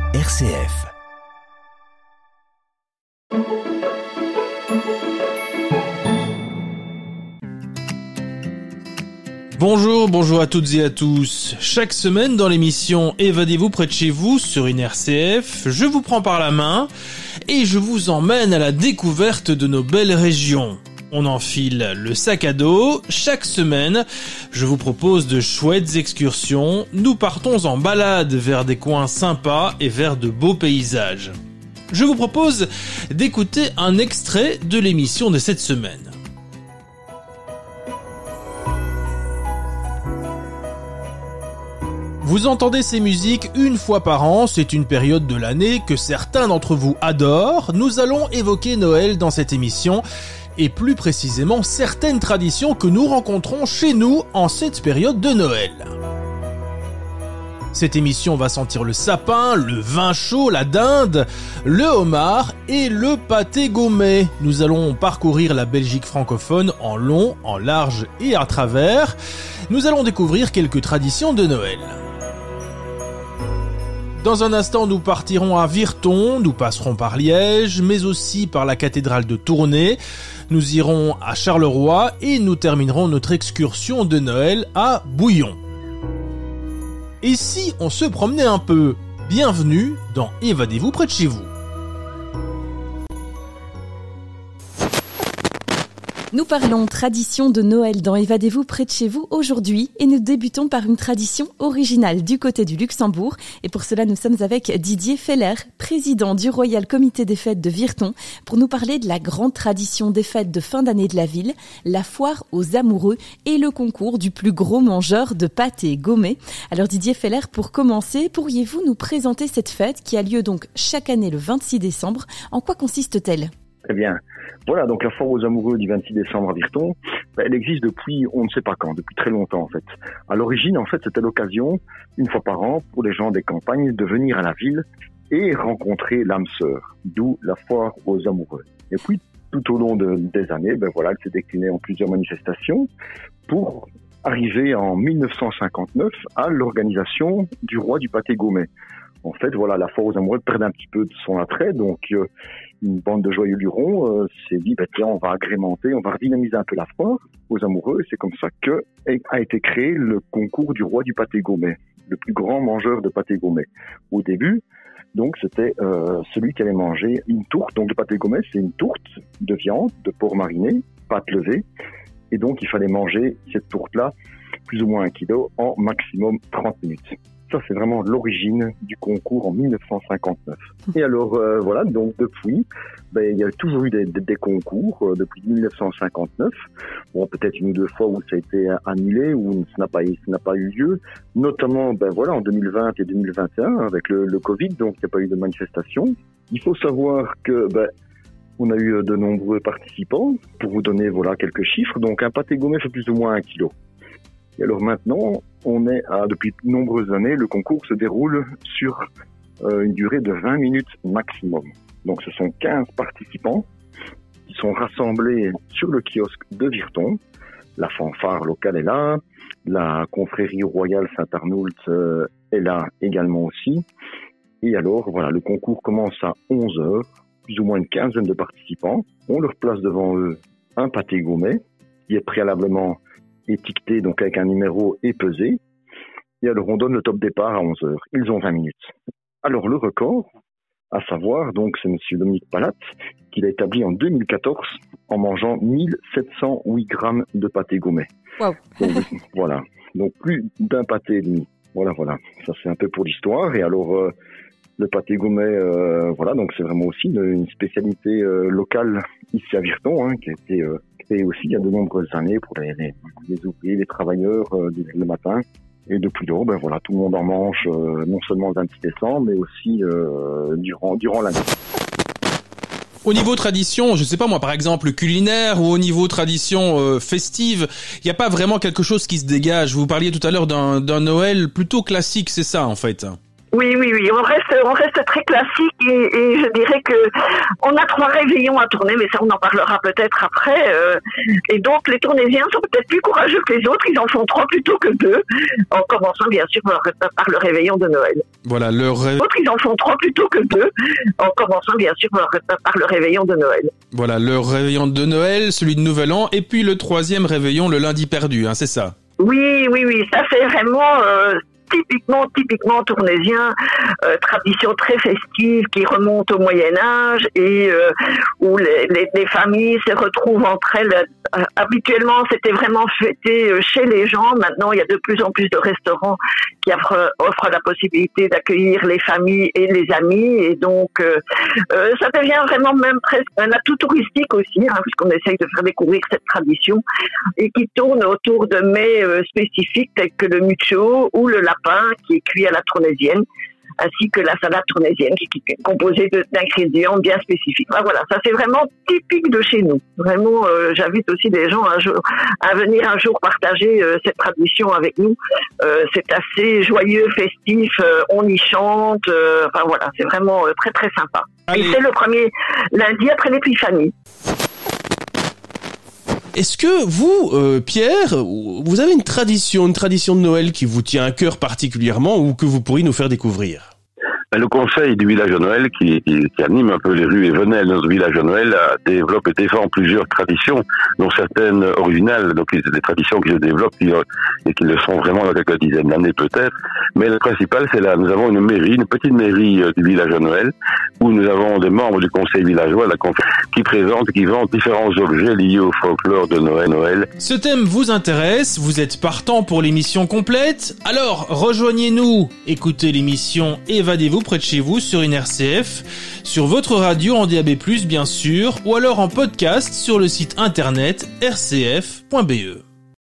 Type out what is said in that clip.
RCF. Bonjour à toutes et à tous. Chaque semaine dans l'émission Évadez-vous près de chez vous sur une RCF, je vous prends par la main et je vous emmène à la découverte de nos belles régions. On enfile le sac à dos. Chaque semaine, je vous propose de chouettes excursions. Nous partons en balade vers des coins sympas et vers de beaux paysages. Je vous propose d'écouter un extrait de l'émission de cette semaine. Vous entendez ces musiques une fois par an, c'est une période de l'année que certains d'entre vous adorent. Nous allons évoquer Noël dans cette émission et plus précisément certaines traditions que nous rencontrons chez nous en cette période de Noël. Cette émission va sentir le sapin, le vin chaud, la dinde, le homard et le pâté gaumais. Nous allons parcourir la Belgique francophone en long, en large et à travers. Nous allons découvrir quelques traditions de Noël. Dans un instant, nous partirons à Virton, nous passerons par Liège, mais aussi par la cathédrale de Tournai. Nous irons à Charleroi et nous terminerons notre excursion de Noël à Bouillon. Et si on se promenait un peu? Bienvenue dans Évadez-vous près de chez vous. Nous parlons tradition de Noël dans Évadez-vous près de chez vous aujourd'hui et nous débutons par une tradition originale du côté du Luxembourg et pour cela nous sommes avec Didier Feller, président du Royal Comité des Fêtes de Virton pour nous parler de la grande tradition des fêtes de fin d'année de la ville, la foire aux amoureux et le concours du plus gros mangeur de pâté gaumais. Alors Didier Feller, pour commencer, pourriez-vous nous présenter cette fête qui a lieu donc chaque année le 26 décembre? En quoi consiste-t-elle? Très bien. Voilà, donc la foire aux amoureux du 26 décembre à Virton, elle existe depuis on ne sait pas quand, depuis très longtemps en fait. À l'origine, en fait, c'était l'occasion, une fois par an, pour les gens des campagnes de venir à la ville et rencontrer l'âme sœur, d'où la foire aux amoureux. Et puis, tout au long des années, elle s'est déclinée en plusieurs manifestations pour arriver en 1959 à l'organisation du roi du pâté gaumais. En fait, voilà, la foire aux amoureux perdait un petit peu de son attrait, donc une bande de joyeux lurons s'est dit, tiens, on va agrémenter, on va redynamiser un peu la foire aux amoureux, et c'est comme ça que a été créé le concours du roi du pâté gaumais, le plus grand mangeur de pâté gaumais. Au début, donc, c'était celui qui allait manger une tourte. Donc, le pâté gaumais, c'est une tourte de viande, de porc mariné, pâte levée, et donc, il fallait manger cette tourte-là, plus ou moins 1 kilo, en maximum 30 minutes. Ça, c'est vraiment l'origine du concours en 1959. Et alors, donc depuis, il y a toujours eu des concours depuis 1959. Bon, peut-être une ou deux fois où ça a été annulé, où ça n'a pas eu lieu. Notamment, en 2020 et 2021 avec le Covid, donc il n'y a pas eu de manifestation. Il faut savoir que, on a eu de nombreux participants. Pour vous donner, quelques chiffres. Donc, un pâté gaumais fait plus ou moins 1 kilo. Et alors maintenant, depuis de nombreuses années, le concours se déroule sur une durée de 20 minutes maximum. Donc ce sont 15 participants qui sont rassemblés sur le kiosque de Virton. La fanfare locale est là, la confrérie royale Saint-Arnoult est là également aussi. Et alors, le concours commence à 11h, plus ou moins une quinzaine de participants. On leur place devant eux un pâté gaumais qui est préalablement étiqueté, donc avec un numéro et pesé. Et alors, on donne le top départ à 11h. Ils ont 20 minutes. Alors, le record, à savoir, donc, c'est monsieur Dominique Palat, qui l'a établi en 2014 en mangeant 1708 grammes de pâté gaumais. Wow. Donc, voilà. Donc, plus d'un pâté et demi. Voilà. Ça, c'est un peu pour l'histoire. Et alors, le pâté gaumais, donc c'est vraiment aussi une spécialité locale ici à Virton, qui a été créée aussi il y a de nombreuses années pour les ouvriers, les travailleurs le matin. Et depuis lors, tout le monde en mange non seulement le 26 décembre, mais aussi durant l'année. Au niveau tradition, je sais pas moi, par exemple culinaire ou au niveau tradition festive, il n'y a pas vraiment quelque chose qui se dégage. Vous parliez tout à l'heure d'un Noël plutôt classique, c'est ça en fait? Oui, on reste très classique et je dirais que on a 3 réveillons à tourner, mais ça on en parlera peut-être après. Et donc les Tournaisiens sont peut-être plus courageux que les autres, ils en font 3 plutôt que 2, en commençant bien sûr par le réveillon de Noël. Voilà, Les autres ils en font 3 plutôt que 2, en commençant bien sûr par le réveillon de Noël. Voilà, le réveillon de Noël, celui de Nouvel An, et puis le 3e réveillon, le lundi perdu, hein, c'est ça? Oui, ça c'est vraiment typiquement tournaisien, tradition très festive qui remonte au Moyen-Âge et où les familles se retrouvent entre elles. Habituellement, c'était vraiment fêté chez les gens. Maintenant, il y a de plus en plus de restaurants qui offrent la possibilité d'accueillir les familles et les amis. Et donc, ça devient vraiment même presque un atout touristique aussi, hein, puisqu'on essaye de faire découvrir cette tradition et qui tourne autour de mets spécifiques tels que le mucho ou le lapin qui est cuit à la tournaisienne, ainsi que la salade tournaisienne qui est composée d'ingrédients bien spécifiques. Voilà, ça c'est vraiment typique de chez nous. Vraiment, j'invite aussi des gens à venir un jour partager cette tradition avec nous. C'est assez joyeux, festif, on y chante. Enfin voilà, c'est vraiment très très sympa. Allez. Et c'est le premier lundi après l'Épiphanie. Est-ce que vous, Pierre, vous avez une tradition de Noël qui vous tient à cœur particulièrement ou que vous pourriez nous faire découvrir? Le conseil du village de Noël qui anime un peu les rues et venelles de notre village de Noël développe et défend plusieurs traditions, dont certaines originales, donc c'est des traditions qui se développent et qui le sont vraiment dans quelques dizaines d'années peut-être. Mais le principal, c'est là, nous avons une petite mairie du village de Noël où nous avons des membres du conseil villageois qui présentent, qui vendent différents objets liés au folklore de Noël. Ce thème vous intéresse, vous êtes partant pour l'émission complète? Alors, rejoignez-nous, écoutez l'émission Évadez-vous près de chez vous sur une RCF, sur votre radio en DAB+, bien sûr, ou alors en podcast sur le site internet rcf.be.